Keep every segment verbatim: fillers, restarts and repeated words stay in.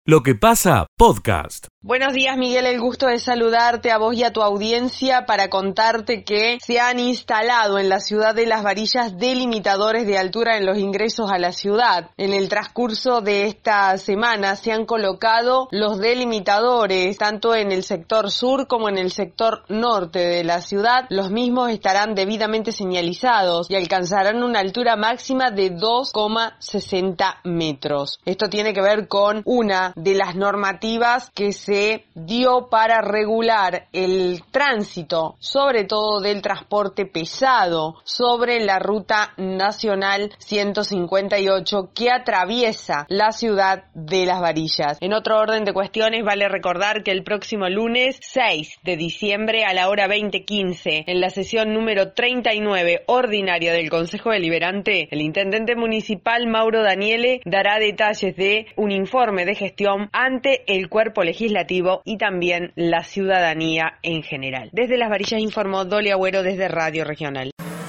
Lo que pasa, podcast. Buenos días, Miguel, el gusto de saludarte a vos y a tu audiencia para contarte que se han instalado en la ciudad de Las Varillas delimitadores de altura en los ingresos a la ciudad. En el transcurso de esta semana se han colocado los delimitadores tanto en el sector sur como en el sector norte de la ciudad. Los mismos estarán debidamente señalizados y alcanzarán una altura máxima de dos coma sesenta metros. Esto tiene que ver con una de las normativas que se dio para regular el tránsito, sobre todo del transporte pesado, sobre la ruta nacional ciento cincuenta y ocho que atraviesa la ciudad de Las Varillas. En otro orden de cuestiones, vale recordar que el próximo lunes seis de diciembre a la hora veinte quince, en la sesión número treinta y nueve ordinaria del Consejo Deliberante, el intendente municipal Mauro Daniele dará detalles de un informe de gestión ante el cuerpo legislativo y también la ciudadanía en general. Desde Las Varillas informó Doli Agüero desde Radio Regional.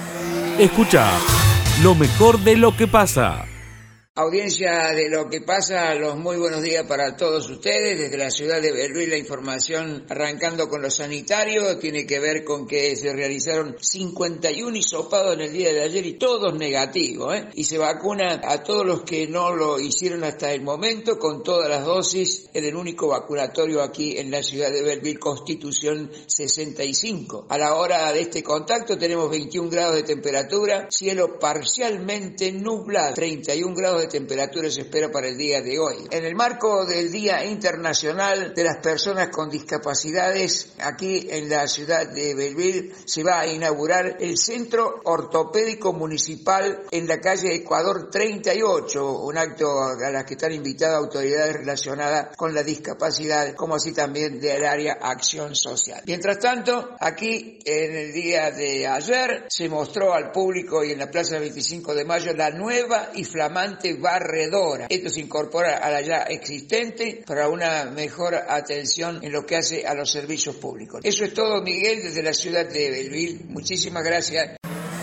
Escucha lo mejor de lo que pasa. Audiencia de Lo que pasa, los muy buenos días para todos ustedes. Desde la ciudad de Belville la información, arrancando con lo sanitario, tiene que ver con que se realizaron cincuenta y uno hisopados en el día de ayer y todos negativos, ¿eh? Y se vacuna a todos los que no lo hicieron hasta el momento con todas las dosis en el único vacunatorio aquí en la ciudad de Belville, Constitución sesenta y cinco. A la hora de este contacto tenemos veintiún grados de temperatura, cielo parcialmente nublado, treinta y un grados de de temperatura se espera para el día de hoy. En el marco del Día Internacional de las Personas con Discapacidades, aquí en la ciudad de Belville se va a inaugurar el Centro Ortopédico Municipal en la calle Ecuador treinta y ocho, un acto a las que están invitadas autoridades relacionadas con la discapacidad, como así también del área Acción Social. Mientras tanto, aquí en el día de ayer se mostró al público y en la Plaza veinticinco de mayo la nueva y flamante barredora. Esto se incorpora a la ya existente para una mejor atención en lo que hace a los servicios públicos. Eso es todo, Miguel, desde la ciudad de Belville. Muchísimas gracias.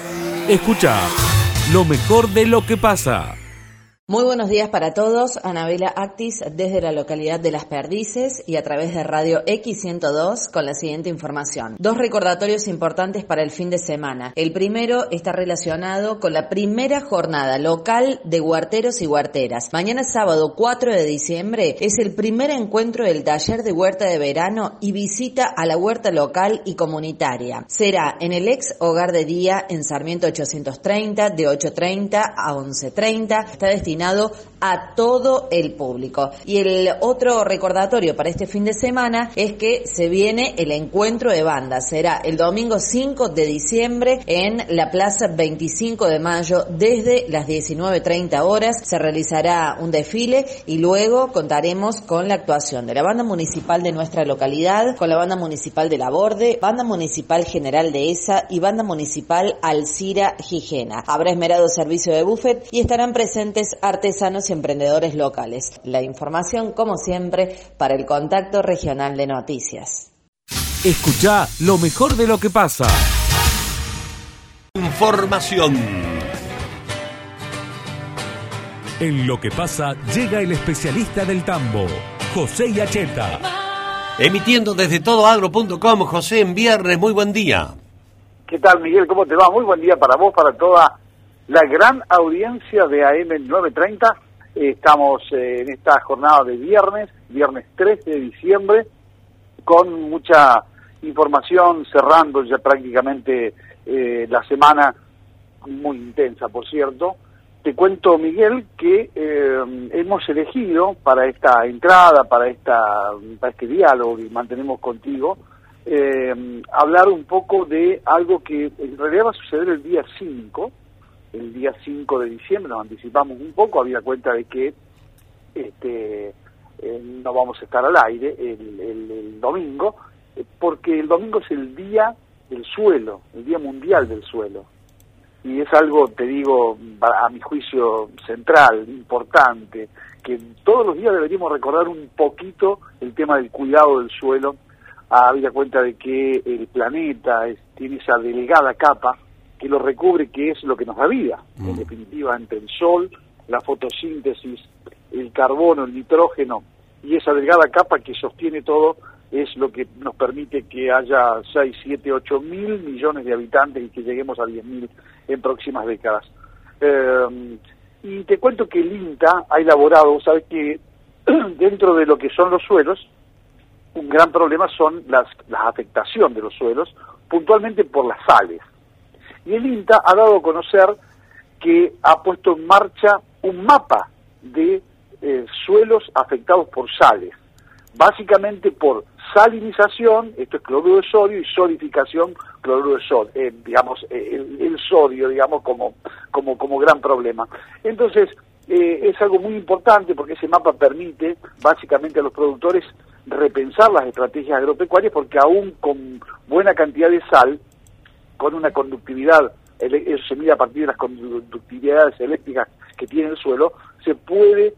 Escucha lo mejor de lo que pasa. Muy buenos días para todos, Anabela Actis desde la localidad de Las Perdices y a través de Radio X ciento dos con la siguiente información. Dos recordatorios importantes para el fin de semana. El primero está relacionado con la primera jornada local de huerteros y huerteras. Mañana sábado cuatro de diciembre es el primer encuentro del taller de huerta de verano y visita a la huerta local y comunitaria. Será en el ex hogar de día en Sarmiento ochocientos treinta de ocho treinta a once treinta. Está destinado a todo el público. Y el otro recordatorio para este fin de semana es que se viene el encuentro de bandas. Será el domingo cinco de diciembre en la Plaza veinticinco de mayo desde las diecinueve treinta horas. Se realizará un desfile y luego contaremos con la actuación de la banda municipal de nuestra localidad, con la banda municipal de Laborde, banda municipal General de Esa y banda municipal Alcira Gijena. Habrá esmerado servicio de buffet y estarán presentes artesanos y emprendedores locales. La información, como siempre, para el Contacto Regional de Noticias. Escuchá lo mejor de lo que pasa. Información. En Lo que pasa llega el especialista del tambo, José Yacheta. Emitiendo desde todo agro punto com, José, en viernes, muy buen día. ¿Qué tal, Miguel? ¿Cómo te va? Muy buen día para vos, para toda la gran audiencia de A M novecientos treinta. Eh, estamos eh, en esta jornada de viernes, viernes tres de diciembre, con mucha información, cerrando ya prácticamente eh, la semana, muy intensa, por cierto. Te cuento, Miguel, que eh, hemos elegido para esta entrada, para esta para este diálogo que mantenemos contigo, eh, hablar un poco de algo que en realidad va a suceder el día cinco, el día cinco de diciembre, nos anticipamos un poco, había cuenta de que este eh, no vamos a estar al aire el, el, el domingo, eh, porque el domingo es el día del suelo, el Día Mundial del Suelo. Y es algo, te digo, a mi juicio central, importante, que todos los días deberíamos recordar un poquito el tema del cuidado del suelo, habida cuenta de que el planeta es, tiene esa delgada capa que lo recubre, que es lo que nos da vida, mm. en definitiva, entre el sol, la fotosíntesis, el carbono, el nitrógeno y esa delgada capa que sostiene todo es lo que nos permite que haya seis, siete, ocho mil millones de habitantes y que lleguemos a diez mil en próximas décadas. Eh, y te cuento que el INTA ha elaborado, sabes que dentro de lo que son los suelos, un gran problema son las, las afectación de los suelos, puntualmente por las sales. Y el INTA ha dado a conocer que ha puesto en marcha un mapa de eh, suelos afectados por sales, básicamente por salinización, esto es cloruro de sodio, y solidificación, cloruro de sodio, eh, digamos, eh, el, el sodio, digamos, como, como, como gran problema. Entonces, eh, es algo muy importante porque ese mapa permite básicamente a los productores repensar las estrategias agropecuarias, porque aún con buena cantidad de sal, con una conductividad, eso se mide a partir de las conductividades eléctricas que tiene el suelo, se puede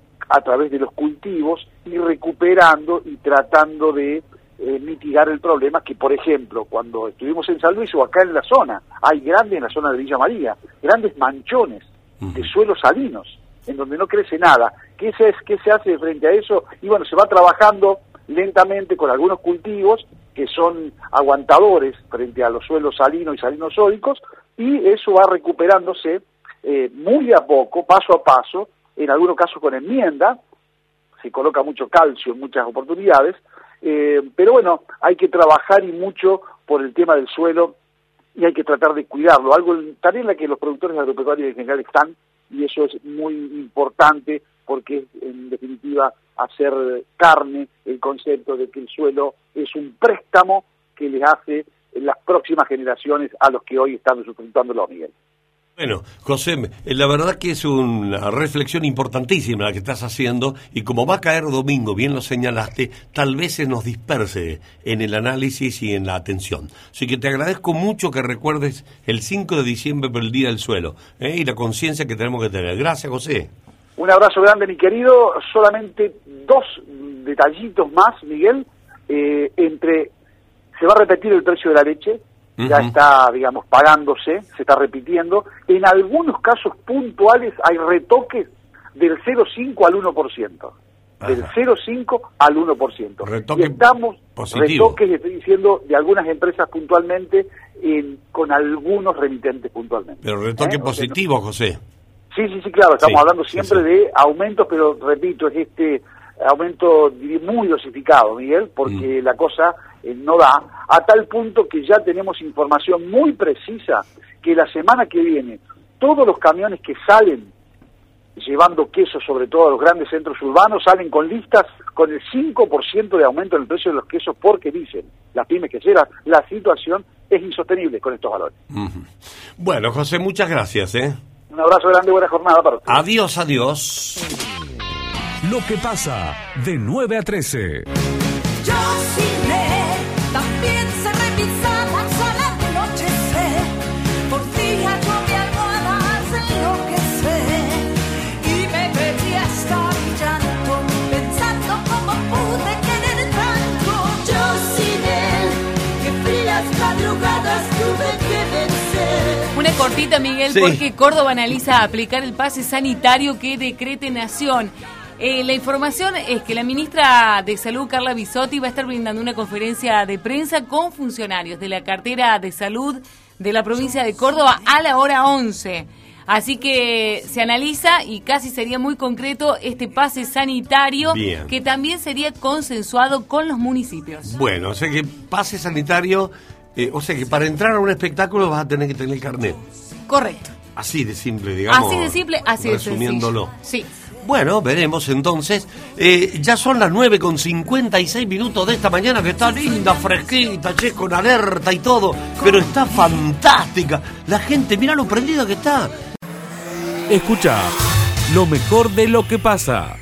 a través de los cultivos ir recuperando y tratando de eh, mitigar el problema que, por ejemplo, cuando estuvimos en San Luis o acá en la zona, hay grandes, en la zona de Villa María, grandes manchones de suelos salinos, en donde no crece nada. ¿Qué se, ¿Qué se hace frente a eso? Y bueno, se va trabajando lentamente con algunos cultivos que son aguantadores frente a los suelos salinos y salinosódicos, y eso va recuperándose eh, muy a poco, paso a paso, en algunos casos con enmienda, se coloca mucho calcio en muchas oportunidades, eh, pero bueno, hay que trabajar y mucho por el tema del suelo y hay que tratar de cuidarlo, algo también en la que los productores agropecuarios en general están, y eso es muy importante porque en definitiva hacer carne el concepto de que el suelo es un préstamo que les hace en las próximas generaciones a los que hoy están disfrutándolo, Miguel. Bueno, José, la verdad que es una reflexión importantísima la que estás haciendo, y como va a caer domingo, bien lo señalaste, tal vez se nos disperse en el análisis y en la atención. Así que te agradezco mucho que recuerdes el cinco de diciembre por el Día del Suelo, ¿eh? y la conciencia que tenemos que tener. Gracias, José. Un abrazo grande, mi querido. Solamente dos detallitos más, Miguel. Eh, entre se va a repetir el precio de la leche. Ya está, digamos, pagándose, se está repitiendo. En algunos casos puntuales hay retoques del cero coma cinco al uno por ciento. Del cero coma cinco al uno por ciento. Retoque y estamos, positivo. Retoques, estoy diciendo, de algunas empresas puntualmente, en, con algunos remitentes puntualmente. Pero retoque ¿Eh? positivo, no, José. Sí, sí, sí, claro, estamos sí, hablando siempre sí, sí. de aumentos, pero repito, es este aumento muy dosificado, Miguel, porque mm. la cosa eh, no da, a tal punto que ya tenemos información muy precisa que la semana que viene todos los camiones que salen llevando quesos, sobre todo a los grandes centros urbanos, salen con listas con el cinco por ciento de aumento en el precio de los quesos, porque dicen las pymes queseras, la situación es insostenible con estos valores. Mm. Bueno, José, muchas gracias, ¿eh? Un abrazo grande, buena jornada para ustedes. Adiós, adiós. Lo que pasa de nueve a trece. Yo cine, también se revisa la sala de noche, sé. Por día yo mi almohada enloquece. Y me perdí hasta mi llanto, pensando cómo pude querer tanto. Yo cine, que frías madrugadas tuve que vencer. Una cortita, Miguel, sí. Porque Córdoba analiza aplicar el pase sanitario que decrete Nación. Eh, la información es que la ministra de Salud, Carla Bisotti, va a estar brindando una conferencia de prensa con funcionarios de la cartera de salud de la provincia de Córdoba a la hora once. Así que se analiza y casi sería muy concreto este pase sanitario. Bien. Que también sería consensuado con los municipios. Bueno, o sea que pase sanitario, eh, o sea que para entrar a un espectáculo vas a tener que tener el carnet. Correcto. Así de simple, digamos. Así de simple, así de sencillo. Resumiéndolo. Sí. Bueno, veremos entonces. Eh, ya son las nueve con cincuenta y seis minutos de esta mañana, que está linda, fresquita, che, con alerta y todo, pero está fantástica. La gente, mira lo prendida que está. Escucha lo mejor de lo que pasa.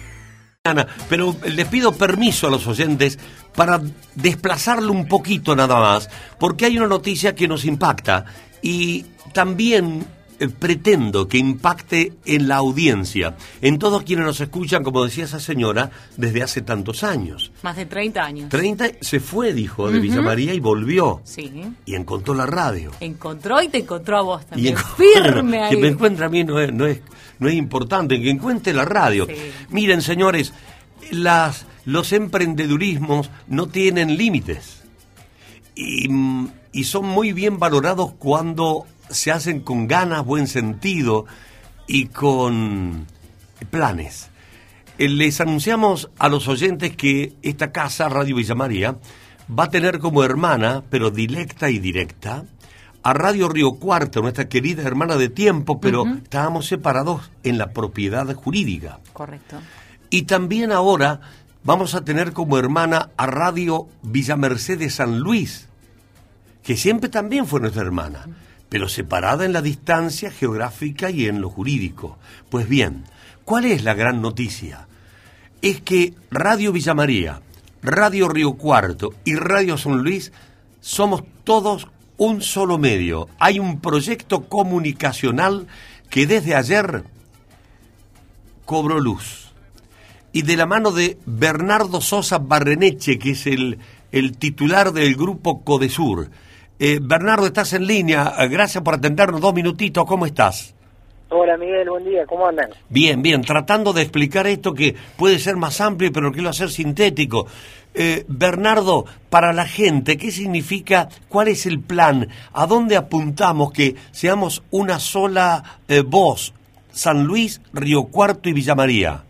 Pero les pido permiso a los oyentes para desplazarlo un poquito nada más, porque hay una noticia que nos impacta y también eh, pretendo que impacte en la audiencia, en todos quienes nos escuchan, como decía esa señora, desde hace tantos años. Más de treinta años. treinta, se fue, dijo, de uh-huh. Villa María y volvió. Sí. Y encontró la radio. Encontró y te encontró a vos también. Y firme bueno, ahí. Que me encuentre a mí no es, no es, no es importante, que encuentre la radio. Sí. Miren, señores, las los emprendedurismos no tienen límites y, y son muy bien valorados cuando se hacen con ganas, buen sentido y con planes. Les anunciamos a los oyentes que esta casa, Radio Villa María, va a tener como hermana, pero directa y directa, a Radio Río Cuarto, nuestra querida hermana de tiempo, pero uh-huh. estábamos separados en la propiedad jurídica. Correcto. Y también ahora vamos a tener como hermana a Radio Villa Mercedes San Luis, que siempre también fue nuestra hermana, uh-huh. pero separada en la distancia geográfica y en lo jurídico. Pues bien, ¿cuál es la gran noticia? Es que Radio Villa María, Radio Río Cuarto y Radio San Luis somos todos un solo medio. Hay un proyecto comunicacional que desde ayer cobró luz. Y de la mano de Bernardo Sosa Barreneche, que es el, el titular del grupo Codesur. Eh, Bernardo, estás en línea. Gracias por atendernos dos minutitos. ¿Cómo estás? Hola Miguel, buen día, ¿cómo andan? Bien, bien, tratando de explicar esto que puede ser más amplio, pero quiero hacer sintético. Eh, Bernardo, para la gente, ¿qué significa, cuál es el plan? ¿A dónde apuntamos que seamos una sola eh, voz? San Luis, Río Cuarto y Villa María.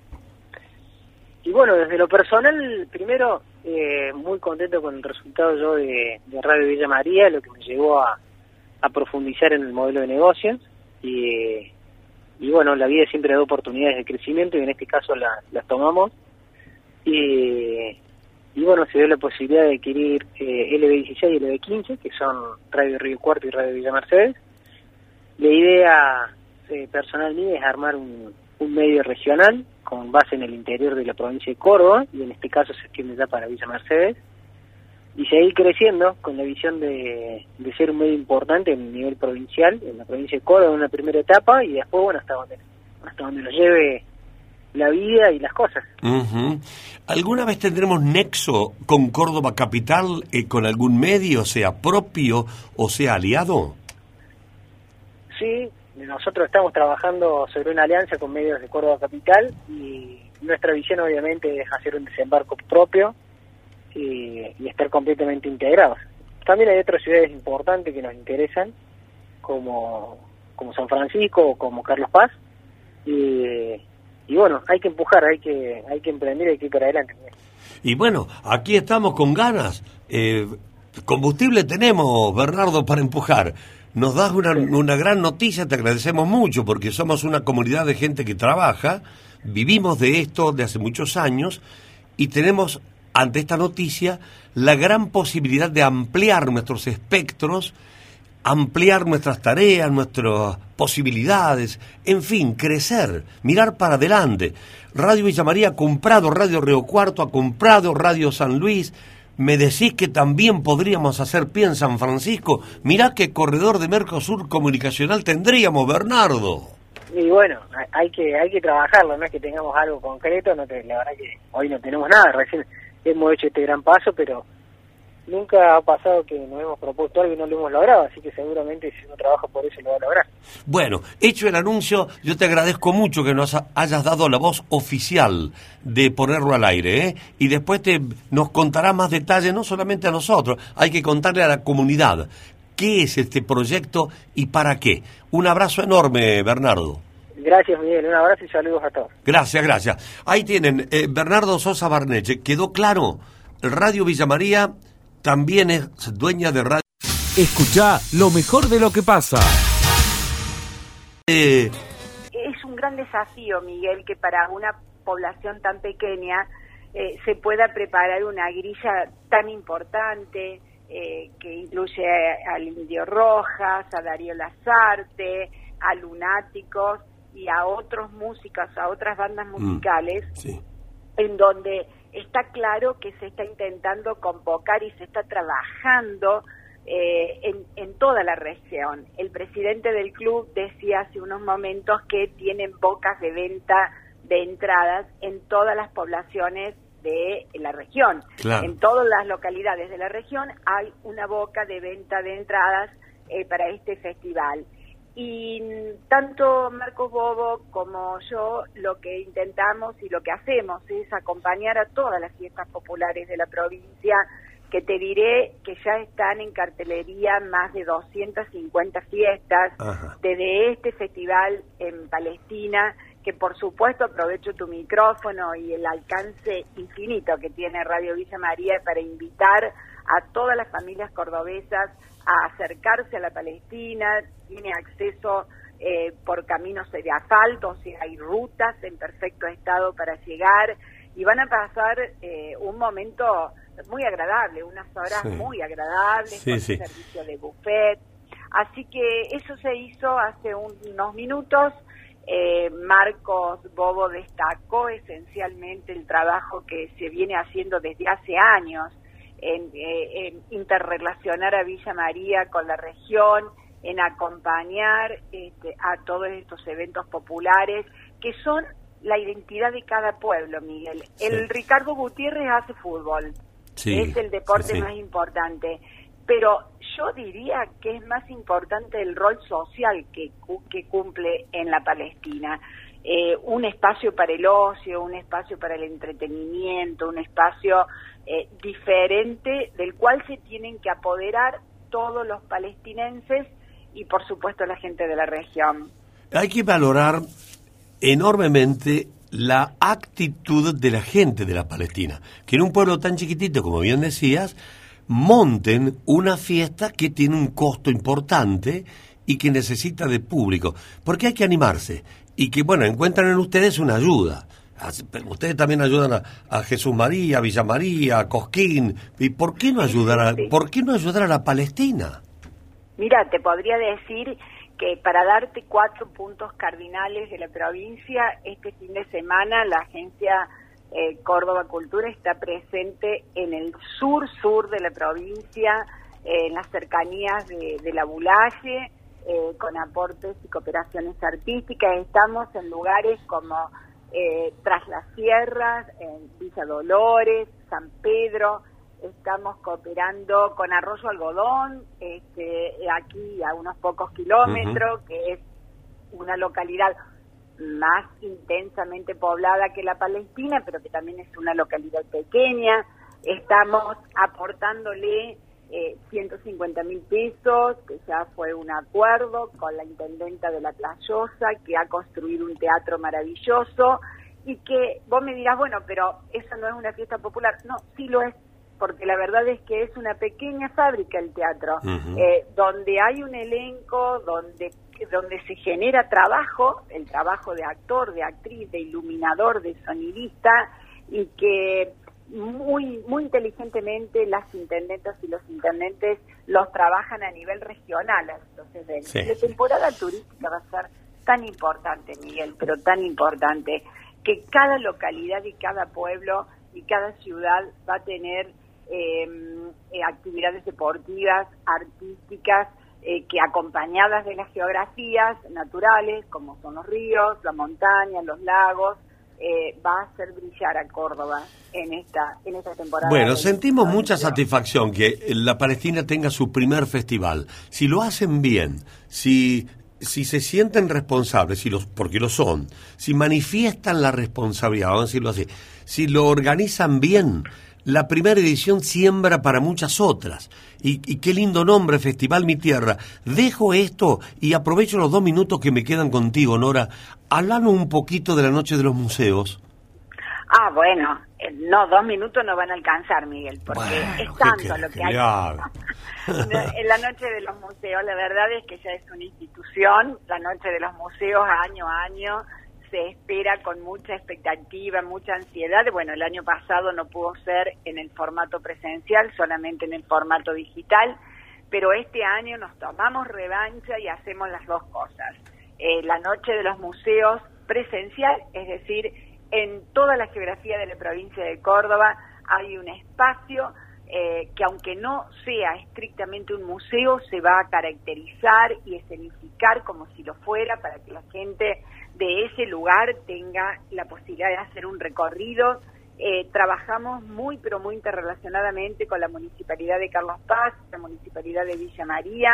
Y bueno, desde lo personal, primero, eh, muy contento con el resultado yo de, de Radio Villa María, lo que me llevó a, a profundizar en el modelo de negocios. Y, y bueno, la vida siempre da oportunidades de crecimiento y en este caso la, las tomamos. Y, y bueno, se dio la posibilidad de adquirir eh, L B dieciséis y L B quince, que son Radio Río Cuarto y Radio Villa Mercedes. La idea eh, personal mía es armar un, un medio regional con base en el interior de la provincia de Córdoba, y en este caso se extiende ya para Villa Mercedes, y seguir creciendo con la visión de, de ser un medio importante en el nivel provincial, en la provincia de Córdoba en una primera etapa, y después, bueno, hasta donde, hasta donde nos lleve la vida y las cosas. Uh-huh. ¿Alguna vez tendremos nexo con Córdoba Capital, eh, con algún medio, sea propio o sea aliado? Sí, nosotros estamos trabajando sobre una alianza con medios de Córdoba Capital, y nuestra visión obviamente es hacer un desembarco propio y, y estar completamente integrados. También hay otras ciudades importantes que nos interesan, como, como San Francisco o como Carlos Paz, y, y bueno, hay que empujar, hay que hay que emprender, hay que ir para adelante. Y bueno, aquí estamos con ganas, eh, combustible tenemos, Bernardo, para empujar. Nos das una, una gran noticia, te agradecemos mucho, porque somos una comunidad de gente que trabaja, vivimos de esto de hace muchos años, y tenemos ante esta noticia la gran posibilidad de ampliar nuestros espectros, ampliar nuestras tareas, nuestras posibilidades, en fin, crecer, mirar para adelante. Radio Villa María ha comprado Radio Río Cuarto, ha comprado Radio San Luis. Me decís que también podríamos hacer pie en San Francisco. Mirá qué corredor de Mercosur comunicacional tendríamos, Bernardo. Y bueno, hay que hay que trabajarlo, no es que tengamos algo concreto, no te, la verdad que hoy no tenemos nada, recién hemos hecho este gran paso, pero nunca ha pasado que nos hemos propuesto algo y no lo hemos logrado, así que seguramente si uno trabaja por eso lo va a lograr. Bueno, hecho el anuncio, yo te agradezco mucho que nos hayas dado la voz oficial de ponerlo al aire, ¿eh? Y después te nos contará más detalles, no solamente a nosotros, hay que contarle a la comunidad qué es este proyecto y para qué. Un abrazo enorme, Bernardo. Gracias, Miguel, un abrazo y saludos a todos. Gracias, gracias. Ahí tienen, eh, Bernardo Sosa Barneche, quedó claro, Radio Villa María también es dueña de radio. Escuchá lo mejor de lo que pasa. Eh, es un gran desafío, Miguel, que para una población tan pequeña eh, se pueda preparar una grilla tan importante, eh, que incluye al Indio Rojas, a Darío Lazarte, a Lunáticos y a otros músicos, a otras bandas musicales, mm, sí. en donde está claro que se está intentando convocar y se está trabajando eh, en, en toda la región. El presidente del club decía hace unos momentos que tienen bocas de venta de entradas en todas las poblaciones de la región. Claro. En todas las localidades de la región hay una boca de venta de entradas eh, para este festival. y tanto Marcos Bobo como yo lo que intentamos y lo que hacemos es acompañar a todas las fiestas populares de la provincia, que te diré que ya están en cartelería más de doscientas cincuenta fiestas. Ajá. Desde este festival en Palestina, que por supuesto aprovecho tu micrófono y el alcance infinito que tiene Radio Villa María para invitar a todas las familias cordobesas a acercarse a la Palestina. Tiene acceso eh, por caminos de asfalto, o sea, hay rutas en perfecto estado para llegar, y van a pasar eh, un momento muy agradable, unas horas sí. muy agradables, sí, con sí. servicio de buffet. Así que eso se hizo hace un, unos minutos. Eh, Marcos Bobo destacó esencialmente el trabajo que se viene haciendo desde hace años en, eh, en interrelacionar a Villa María con la región, en acompañar este, a todos estos eventos populares que son la identidad de cada pueblo, Miguel. Sí. El Ricardo Gutiérrez hace fútbol, sí, es el deporte sí, sí. más importante, pero yo diría que es más importante el rol social que, que cumple en la Palestina. Eh, un espacio para el ocio, un espacio para el entretenimiento, un espacio eh, diferente del cual se tienen que apoderar todos los palestinenses y por supuesto la gente de la región. Hay que valorar enormemente la actitud de la gente de la Palestina, que en un pueblo tan chiquitito, como bien decías, monten una fiesta que tiene un costo importante y que necesita de público, porque hay que animarse y que, bueno, encuentran en ustedes una ayuda. Ustedes también ayudan a, a Jesús María, a Villa María, a Cosquín. ¿Y por qué no ayudar a, por qué no ayudar a la Palestina? Mira, te podría decir que para darte cuatro puntos cardinales de la provincia, este fin de semana la agencia eh, Córdoba Cultura está presente en el sur-sur de la provincia, eh, en las cercanías de, de la Bulaye, eh, con aportes y cooperaciones artísticas. Estamos en lugares como eh, Tras las Sierras, en Villa Dolores, San Pedro. Estamos cooperando con Arroyo Algodón, este, aquí a unos pocos kilómetros, uh-huh. que es una localidad más intensamente poblada que la Palestina, pero que también es una localidad pequeña. Estamos aportándole eh, ciento cincuenta mil pesos, que ya fue un acuerdo con la intendenta de La Playosa, que ha construido un teatro maravilloso, y que vos me dirás, bueno, pero eso no es una fiesta popular. No, sí lo es, porque la verdad es que es una pequeña fábrica el teatro, uh-huh. eh, donde hay un elenco, donde donde se genera trabajo, el trabajo de actor, de actriz, de iluminador, de sonidista, y que muy muy inteligentemente las intendentas y los intendentes los trabajan a nivel regional. Entonces, sí. la temporada turística va a ser tan importante, Miguel, pero tan importante, que cada localidad y cada pueblo y cada ciudad va a tener Eh, eh, actividades deportivas, artísticas, eh, que acompañadas de las geografías naturales, como son los ríos, la montaña, los lagos, eh, va a hacer brillar a Córdoba en esta en esta temporada. Bueno, sentimos mucha satisfacción que la Palestina tenga su primer festival. Si lo hacen bien, si si se sienten responsables, si los, porque lo son, si manifiestan la responsabilidad, vamos a decirlo así, si lo organizan bien, la primera edición siembra para muchas otras. Y, y qué lindo nombre, Festival Mi Tierra. Dejo esto y aprovecho los dos minutos que me quedan contigo, Nora. Háblanos un poquito de la Noche de los Museos. Ah, bueno, no, dos minutos no van a alcanzar, Miguel, porque bueno, es tanto lo que, que hay. En la Noche de los Museos, la verdad es que ya es una institución. La Noche de los Museos, año a año, se espera con mucha expectativa, mucha ansiedad. Bueno, el año pasado no pudo ser en el formato presencial, solamente en el formato digital, pero este año nos tomamos revancha y hacemos las dos cosas. Eh, la Noche de los Museos presencial, es decir, en toda la geografía de la provincia de Córdoba hay un espacio eh, que, aunque no sea estrictamente un museo, se va a caracterizar y escenificar como si lo fuera, para que la gente de ese lugar tenga la posibilidad de hacer un recorrido. Eh, trabajamos muy, pero muy interrelacionadamente con la Municipalidad de Carlos Paz, la Municipalidad de Villa María,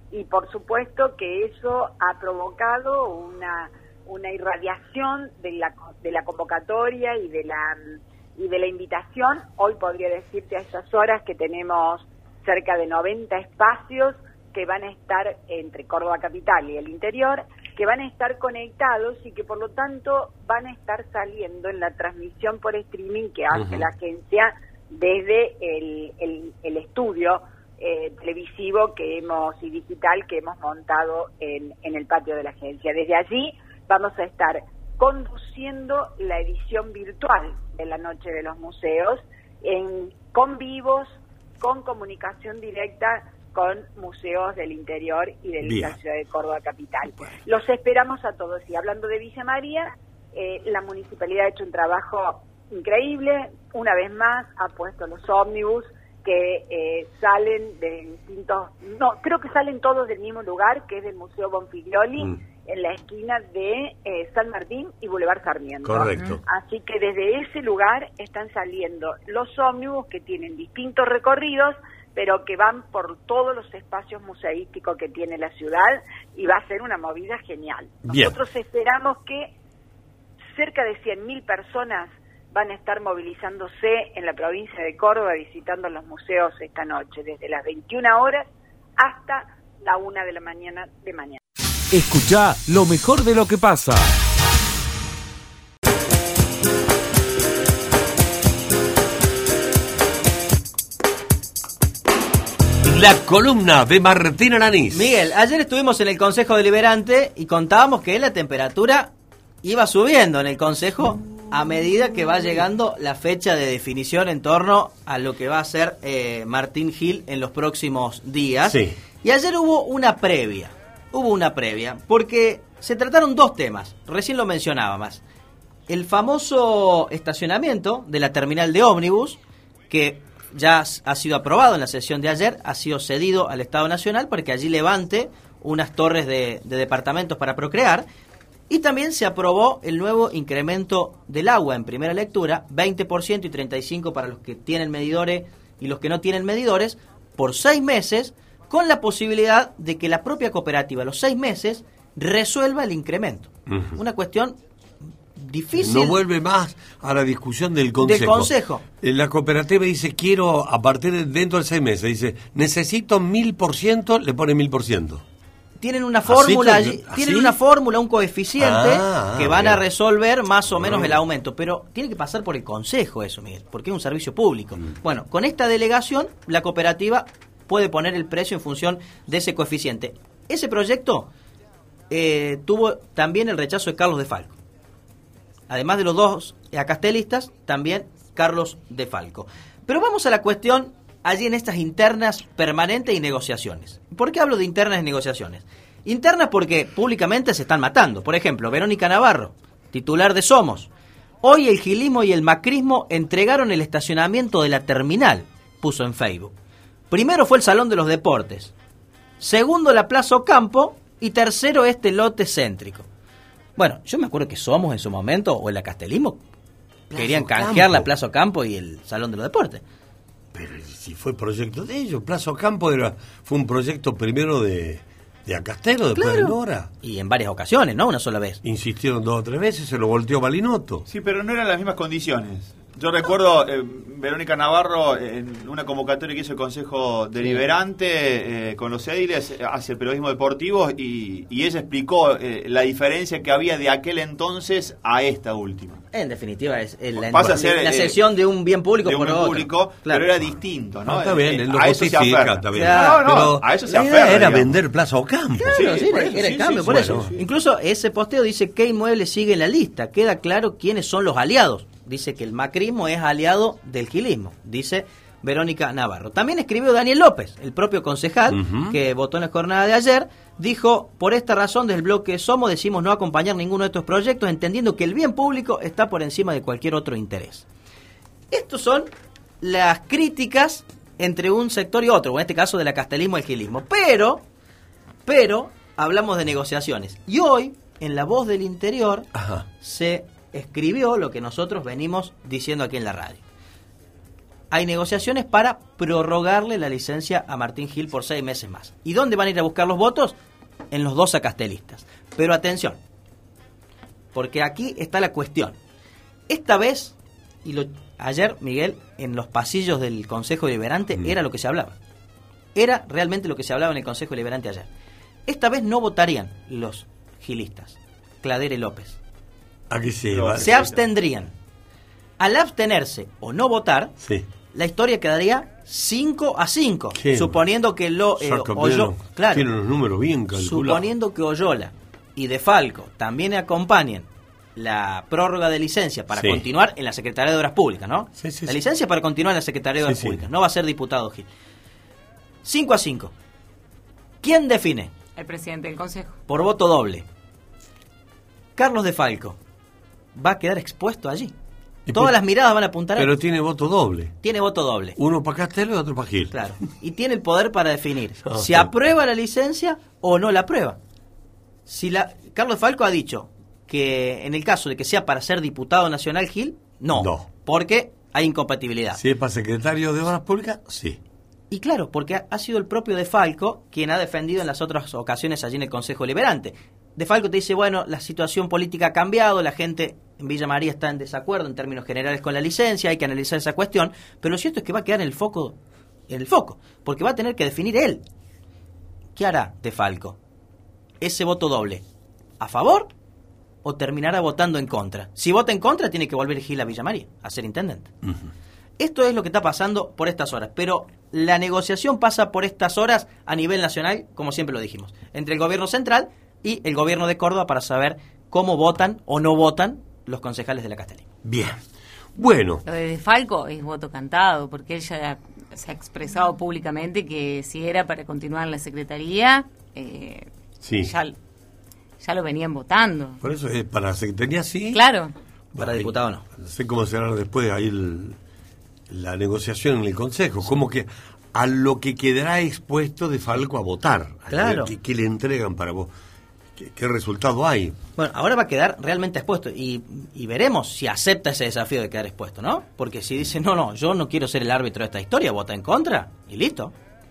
y por supuesto que eso ha provocado una una irradiación de la de la convocatoria y de la y de la invitación. Hoy podría decirte a esas horas que tenemos cerca de noventa espacios que van a estar entre Córdoba capital y el interior, que van a estar conectados y que por lo tanto van a estar saliendo en la transmisión por streaming que hace uh-huh. la agencia desde el, el, el estudio eh, televisivo que hemos y digital que hemos montado en, en el patio de la agencia. Desde allí vamos a estar conduciendo la edición virtual de la Noche de los Museos en, con vivos, con comunicación directa con museos del interior y de Bien. la ciudad de Córdoba capital. Bueno. Los esperamos a todos. Y hablando de Villa María, eh, la municipalidad ha hecho un trabajo increíble. Una vez más ha puesto los ómnibus que eh, salen de distintos... No, creo que salen todos del mismo lugar, que es del Museo Bonfiglioli, mm. en la esquina de eh, San Martín y Boulevard Sarmiento. Correcto. Así que desde ese lugar están saliendo los ómnibus que tienen distintos recorridos, pero que van por todos los espacios museísticos que tiene la ciudad y va a ser una movida genial. Bien. Nosotros esperamos que cerca de cien mil personas van a estar movilizándose en la provincia de Córdoba visitando los museos esta noche, desde las veintiuna horas hasta la una de la mañana de mañana. Escuchá lo mejor de lo que pasa. La columna de Martín Alanís. Miguel, ayer estuvimos en el Consejo Deliberante y contábamos que la temperatura iba subiendo en el Consejo a medida que va llegando la fecha de definición en torno a lo que va a hacer eh, Martín Gil en los próximos días. Sí. Y ayer hubo una previa, hubo una previa, porque se trataron dos temas, recién lo mencionaba más. El famoso estacionamiento de la terminal de ómnibus, que ya ha sido aprobado en la sesión de ayer, ha sido cedido al Estado Nacional para que allí levante unas torres de, de departamentos para procrear, y también se aprobó el nuevo incremento del agua en primera lectura, veinte por ciento y treinta y cinco por ciento para los que tienen medidores y los que no tienen medidores, por seis meses, con la posibilidad de que la propia cooperativa a los seis meses resuelva el incremento. Uh-huh. Una cuestión difícil. No vuelve más a la discusión del consejo. Del consejo. La cooperativa dice, quiero, a partir de dentro de seis meses, dice, necesito mil por ciento, le pone mil por ciento. Tienen una fórmula, ¿Así? allí, tienen una fórmula, un coeficiente ah, que van bien. a resolver más o menos mm. el aumento, pero tiene que pasar por el consejo eso, Miguel, porque es un servicio público. Mm. Bueno, con esta delegación, la cooperativa puede poner el precio en función de ese coeficiente. Ese proyecto eh, tuvo también el rechazo de Carlos de Falco. Además de los dos acastelistas, también Carlos de Falco. Pero vamos a la cuestión allí en estas internas permanentes y negociaciones. ¿Por qué hablo de internas y negociaciones? Internas porque públicamente se están matando. Por ejemplo, Verónica Navarro, titular de Somos. Hoy el gilismo y el macrismo entregaron el estacionamiento de la terminal, puso en Facebook. Primero fue el Salón de los Deportes. Segundo, la Plaza Ocampo. Y tercero, este lote céntrico. Bueno, yo me acuerdo que Somos en su momento, o el acastelismo, Plaza querían canjear Campo. La Plaza Ocampo y el Salón de los Deportes. Pero si fue proyecto de ellos, Plaza Ocampo era, fue un proyecto primero de, de Acastelo, después claro. de Lora. Y en varias ocasiones, ¿no? Una sola vez. Insistieron dos o tres veces, se lo volteó Balinotto. Sí, pero no eran las mismas condiciones. Yo recuerdo eh, Verónica Navarro en una convocatoria que hizo el Consejo Deliberante eh, con los ediles hacia el periodismo deportivo y, y ella explicó eh, la diferencia que había de aquel entonces a esta última. En definitiva es el, la, Pasa a ser, la eh, cesión de un bien público de un por bien otro. público, claro. pero era distinto, ¿no? no está bien, él lo a eso se aferra. Está bien. No, no, pero a eso se la aferra. idea era digamos. vender Plaza Ocampo. Claro, sí, sí, era, eso, era sí, el cambio, sí, por bueno, eso. sí. Incluso ese posteo dice qué inmueble sigue en la lista. Queda claro quiénes son los aliados. Dice que el macrismo es aliado del gilismo, dice Verónica Navarro. También escribió Daniel López, el propio concejal, uh-huh. que votó en la jornada de ayer. Dijo, por esta razón desde el bloque Somos decimos no acompañar ninguno de estos proyectos, entendiendo que el bien público está por encima de cualquier otro interés. Estos son las críticas entre un sector y otro, o en este caso del acastelismo y el gilismo. Pero, pero, hablamos de negociaciones. Y hoy, en La Voz del Interior, Ajá. se escribió lo que nosotros venimos diciendo aquí en la radio. hay negociaciones para prorrogarle la licencia a Martín Gil por seis meses más. ¿Y dónde van a ir a buscar los votos? En los dos acastelistas. Pero atención, porque aquí está la cuestión. Esta vez, y lo, ayer, Miguel, en los pasillos del Consejo Deliberante, mm. era lo que se hablaba. Era realmente lo que se hablaba en el Consejo Deliberante ayer. Esta vez no votarían los gilistas, Cladera y López. Aquí sí, no, vale. Se abstendrían. Al abstenerse o no votar, sí. la historia quedaría cinco a cinco, ¿Qué? suponiendo que lo eh, Oyola, claro, tienen los números bien calculados. Suponiendo que Oyola y De Falco también acompañen la prórroga de licencia para sí. continuar en la Secretaría de Obras Públicas, ¿no? Sí, sí, la sí. licencia para continuar en la Secretaría de Obras sí, Públicas, sí. no va a ser diputado Gil. cinco a cinco. ¿Quién define? El presidente del Consejo. Por voto doble. Carlos De Falco va a quedar expuesto allí. Todas las miradas van a apuntar a él. Pero tiene voto doble. Tiene voto doble. Uno para Castelo y otro para Gil. Claro. Y tiene el poder para definir no, si sí. aprueba la licencia o no la aprueba. Si la Carlos Falco ha dicho que en el caso de que sea para ser diputado nacional Gil, no. No. Porque hay incompatibilidad. Si es para secretario de Obras Públicas, sí. Y claro, porque ha, ha sido el propio De Falco quien ha defendido en las otras ocasiones allí en el Consejo Deliberante. De Falco te dice, bueno, la situación política ha cambiado, la gente en Villa María está en desacuerdo en términos generales con la licencia, hay que analizar esa cuestión, pero lo cierto es que va a quedar en el foco, en el foco, porque va a tener que definir él. ¿Qué hará De Falco? Ese voto doble, ¿a favor o terminará votando en contra? Si vota en contra, tiene que volver Gil a Villa María, a ser intendente. Uh-huh. Esto es lo que está pasando por estas horas, pero la negociación pasa por estas horas a nivel nacional, como siempre lo dijimos, entre el gobierno central y el gobierno de Córdoba para saber cómo votan o no votan los concejales de la Castellana. Bien. Bueno. Lo de De Falco es voto cantado, porque él ya se ha expresado públicamente que si era para continuar en la Secretaría, eh, sí. ya, ya lo venían votando. Por eso, es para la Secretaría sí. Claro. Para ahí, diputado no. No sé cómo será después ahí el, la negociación en el Consejo. Como que a lo que quedará expuesto De Falco a votar. Claro. ¿Qué, qué le entregan para vos? ¿Qué, ¿Qué resultado hay? Bueno, ahora va a quedar realmente expuesto y, y veremos si acepta ese desafío de quedar expuesto, ¿no? Porque si dice, no, no, yo no quiero ser el árbitro de esta historia, vota en contra y listo.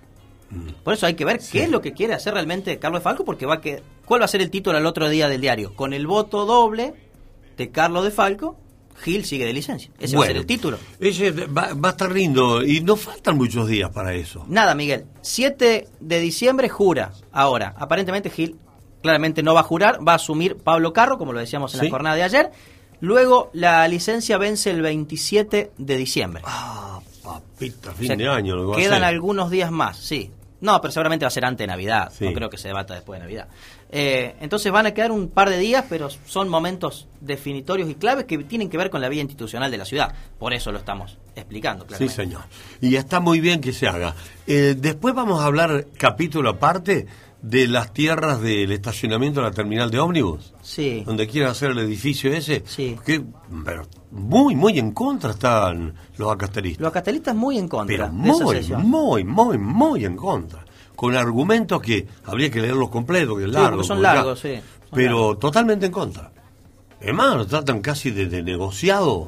Mm. Por eso hay que ver sí. qué es lo que quiere hacer realmente Carlos De Falco, porque va a que, ¿cuál va a ser el título al otro día del diario? Con el voto doble de Carlos De Falco, Gil sigue de licencia. Ese bueno, va a ser el título. Ese va, va a estar lindo y no faltan muchos días para eso. Nada, Miguel. siete de diciembre jura. Ahora, aparentemente Gil claramente no va a jurar, va a asumir Pablo Carro, como lo decíamos en ¿Sí? la jornada de ayer. Luego la licencia vence el veintisiete de diciembre. Ah, papita, fin o sea, de año. Lo que quedan va a algunos días más, sí. No, pero seguramente va a ser antes de Navidad. Sí. No creo que se debata después de Navidad. Eh, entonces van a quedar un par de días, pero son momentos definitorios y claves que tienen que ver con la vida institucional de la ciudad. Por eso lo estamos explicando, claramente. Sí, señor. Y está muy bien que se haga. Eh, después vamos a hablar, capítulo aparte, de las tierras del estacionamiento de la terminal de ómnibus. Sí. Donde quieren hacer el edificio ese. Sí. Que, pero muy, muy en contra están los acastelistas. Los acastelistas muy en contra. Pero de muy, esa muy, muy, muy en contra. Con argumentos que habría que leerlos completos, que es largo. Sí, son largos, sí. Son pero largos. Totalmente en contra. Es más, lo tratan casi de, de negociado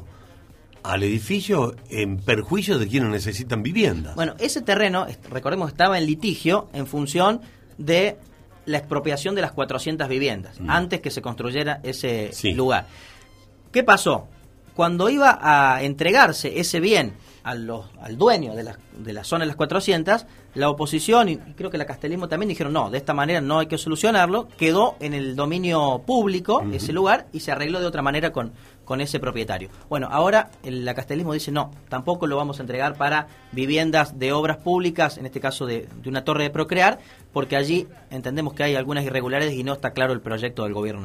al edificio en perjuicio de quienes necesitan viviendas. Bueno, ese terreno, recordemos, estaba en litigio en función de la expropiación de las cuatrocientas viviendas, mm. antes que se construyera ese sí. lugar. ¿Qué pasó? Cuando iba a entregarse ese bien a los, al dueño de la, de la zona de las cuatrocientas, la oposición y creo que el castelismo también dijeron, no, de esta manera no hay que solucionarlo, quedó en el dominio público uh-huh. ese lugar y se arregló de otra manera con, con ese propietario. Bueno, ahora el castelismo dice, no, tampoco lo vamos a entregar para viviendas de obras públicas, en este caso de, de una torre de Procrear, porque allí entendemos que hay algunas irregularidades y no está claro el proyecto del gobierno.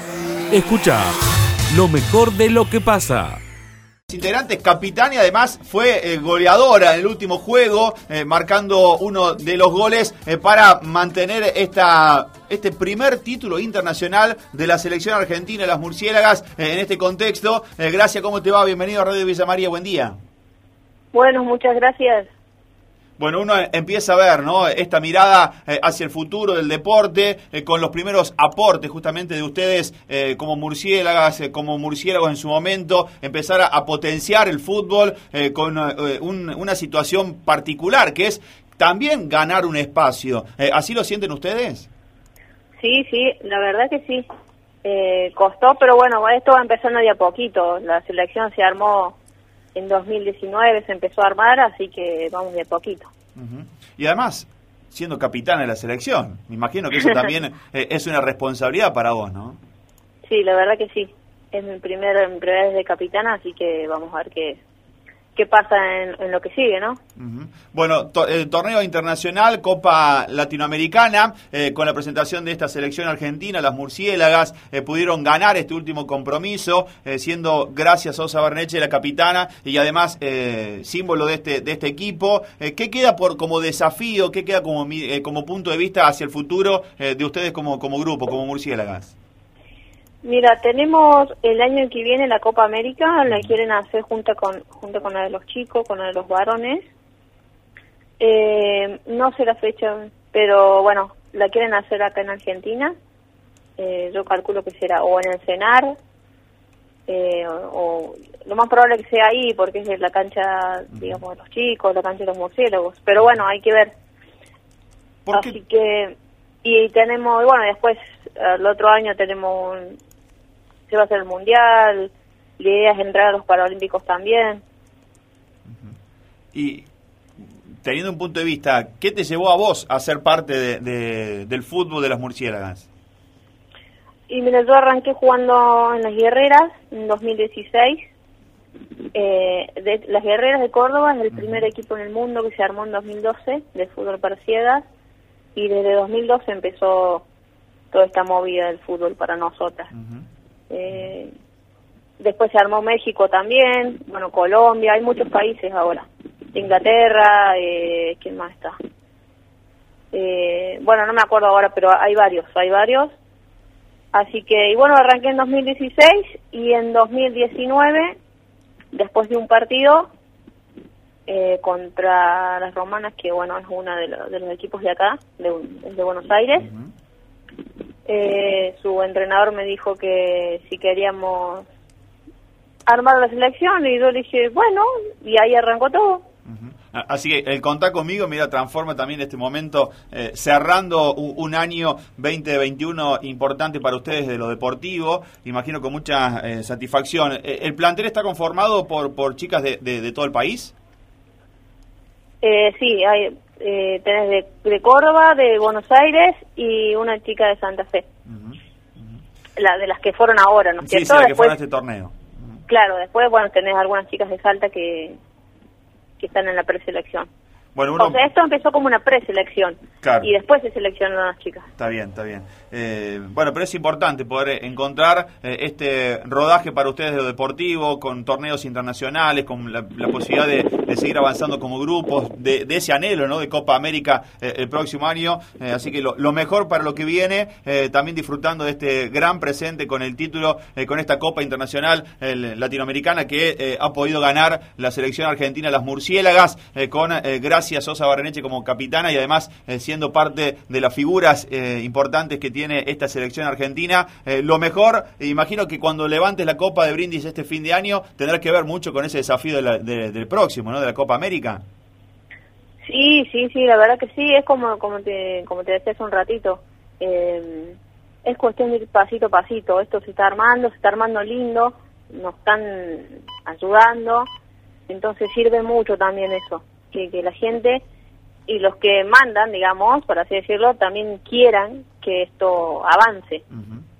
Escucha lo mejor de lo que pasa. Integrantes, capitán y además fue eh, goleadora en el último juego, eh, marcando uno de los goles eh, para mantener esta este primer título internacional de la selección argentina, las murciélagas, eh, en este contexto. Eh, Gracia, ¿cómo te va? Bienvenido a Radio Villa María, buen día. Bueno, muchas gracias. Bueno, uno empieza a ver, ¿no?, esta mirada eh, hacia el futuro del deporte, eh, con los primeros aportes justamente de ustedes eh, como murciélagas, eh, como murciélagos en su momento, empezar a, a potenciar el fútbol eh, con eh, un, una situación particular, que es también ganar un espacio. Eh, ¿Así lo sienten ustedes? Sí, sí, la verdad que sí. Eh, costó, pero bueno, esto va empezando de a poquito. La selección se armó en dos mil diecinueve, se empezó a armar, así que vamos de a poquito. Uh-huh. Y además, siendo capitana de la selección, me imagino que eso también eh, es una responsabilidad para vos, ¿no? Sí, la verdad que sí. Es mi primer, mi primera vez de capitana, así que vamos a ver qué, qué pasa en, en lo que sigue, ¿no? Uh-huh. Bueno, to, el torneo internacional, Copa Latinoamericana, eh, con la presentación de esta selección argentina, las murciélagas eh, pudieron ganar este último compromiso, eh, siendo Gracia Sosa Barneche la capitana y además eh, símbolo de este de este equipo. Eh, ¿Qué queda por como desafío, qué queda como, eh, como punto de vista hacia el futuro eh, de ustedes como, como grupo, como murciélagas? Mira, tenemos el año que viene la Copa América, la quieren hacer junto con junto con la de los chicos, con la de los varones. Eh, no sé la fecha, pero bueno, la quieren hacer acá en Argentina. Eh, yo calculo que será o en el CENAR, eh, o, o lo más probable que sea ahí, porque es la cancha, digamos, de los chicos, la cancha de los murciélagos. Pero bueno, hay que ver. Así que, y tenemos, bueno, después, el otro año tenemos un, se va a hacer el Mundial, la idea es entrar a los Paralímpicos también. Y teniendo un punto de vista, ¿qué te llevó a vos a ser parte de, de, del fútbol de las murciélagas? Y mira, yo arranqué jugando en las Guerreras en dos mil dieciséis. Eh, de, las Guerreras de Córdoba es el primer equipo en el mundo que se armó en dos mil doce de fútbol para ciegas, y desde dos mil doce empezó toda esta movida del fútbol para nosotras. Uh-huh. Eh, después se armó México también, bueno, Colombia, hay muchos países ahora, Inglaterra, eh, ¿quién más está? Eh, bueno, no me acuerdo ahora, pero hay varios, hay varios. Así que, y bueno, arranqué en dos mil dieciséis y en dos mil diecinueve, después de un partido eh, contra las Romanas, que bueno, es uno de, lo, de los equipos de acá, de, de Buenos Aires, uh-huh. Eh, su entrenador me dijo que si queríamos armar la selección, y yo le dije, bueno, y ahí arrancó todo. Uh-huh. Así que el contar conmigo, mira, transforma también este momento, eh, cerrando un, un año veinte veintiuno importante para ustedes de lo deportivo, imagino con mucha eh, satisfacción. Eh, ¿El plantel está conformado por, por chicas de, de, de todo el país? Eh, sí, hay... Eh, tenés de, de Córdoba, de Buenos Aires y una chica de Santa Fe. Uh-huh. Uh-huh. La de las que fueron ahora, ¿no es sí, cierto? Sí, las después, que fueron a este torneo. Uh-huh. Claro, después, bueno, tenés algunas chicas de Salta que, que están en la preselección. Bueno, uno... O sea, esto empezó como una preselección, claro, y después se seleccionaron las chicas. Está bien, está bien. Eh, bueno, pero es importante poder encontrar eh, este rodaje para ustedes de lo deportivo, con torneos internacionales, con la, la posibilidad de, de seguir avanzando como grupos, de, de ese anhelo, ¿no?, de Copa América eh, el próximo año. Eh, así que lo, lo mejor para lo que viene, eh, también disfrutando de este gran presente con el título, eh, con esta Copa Internacional eh, Latinoamericana que eh, ha podido ganar la selección argentina, las murciélagas, eh, con eh, Gracia Sosa Barneche como capitana y además eh, siendo parte de las figuras eh, importantes que tiene esta selección argentina. Eh, lo mejor, eh, imagino que cuando levantes la Copa de Brindis este fin de año tendrás que ver mucho con ese desafío de la, de, del próximo, ¿no?, de la Copa América. Sí, sí, sí, la verdad que sí, es como como te, como te decía hace un ratito, eh, es cuestión de ir pasito a pasito, esto se está armando, se está armando lindo, nos están ayudando, entonces sirve mucho también eso. Que, que la gente y los que mandan, digamos, por así decirlo, también quieran que esto avance. Uh-huh.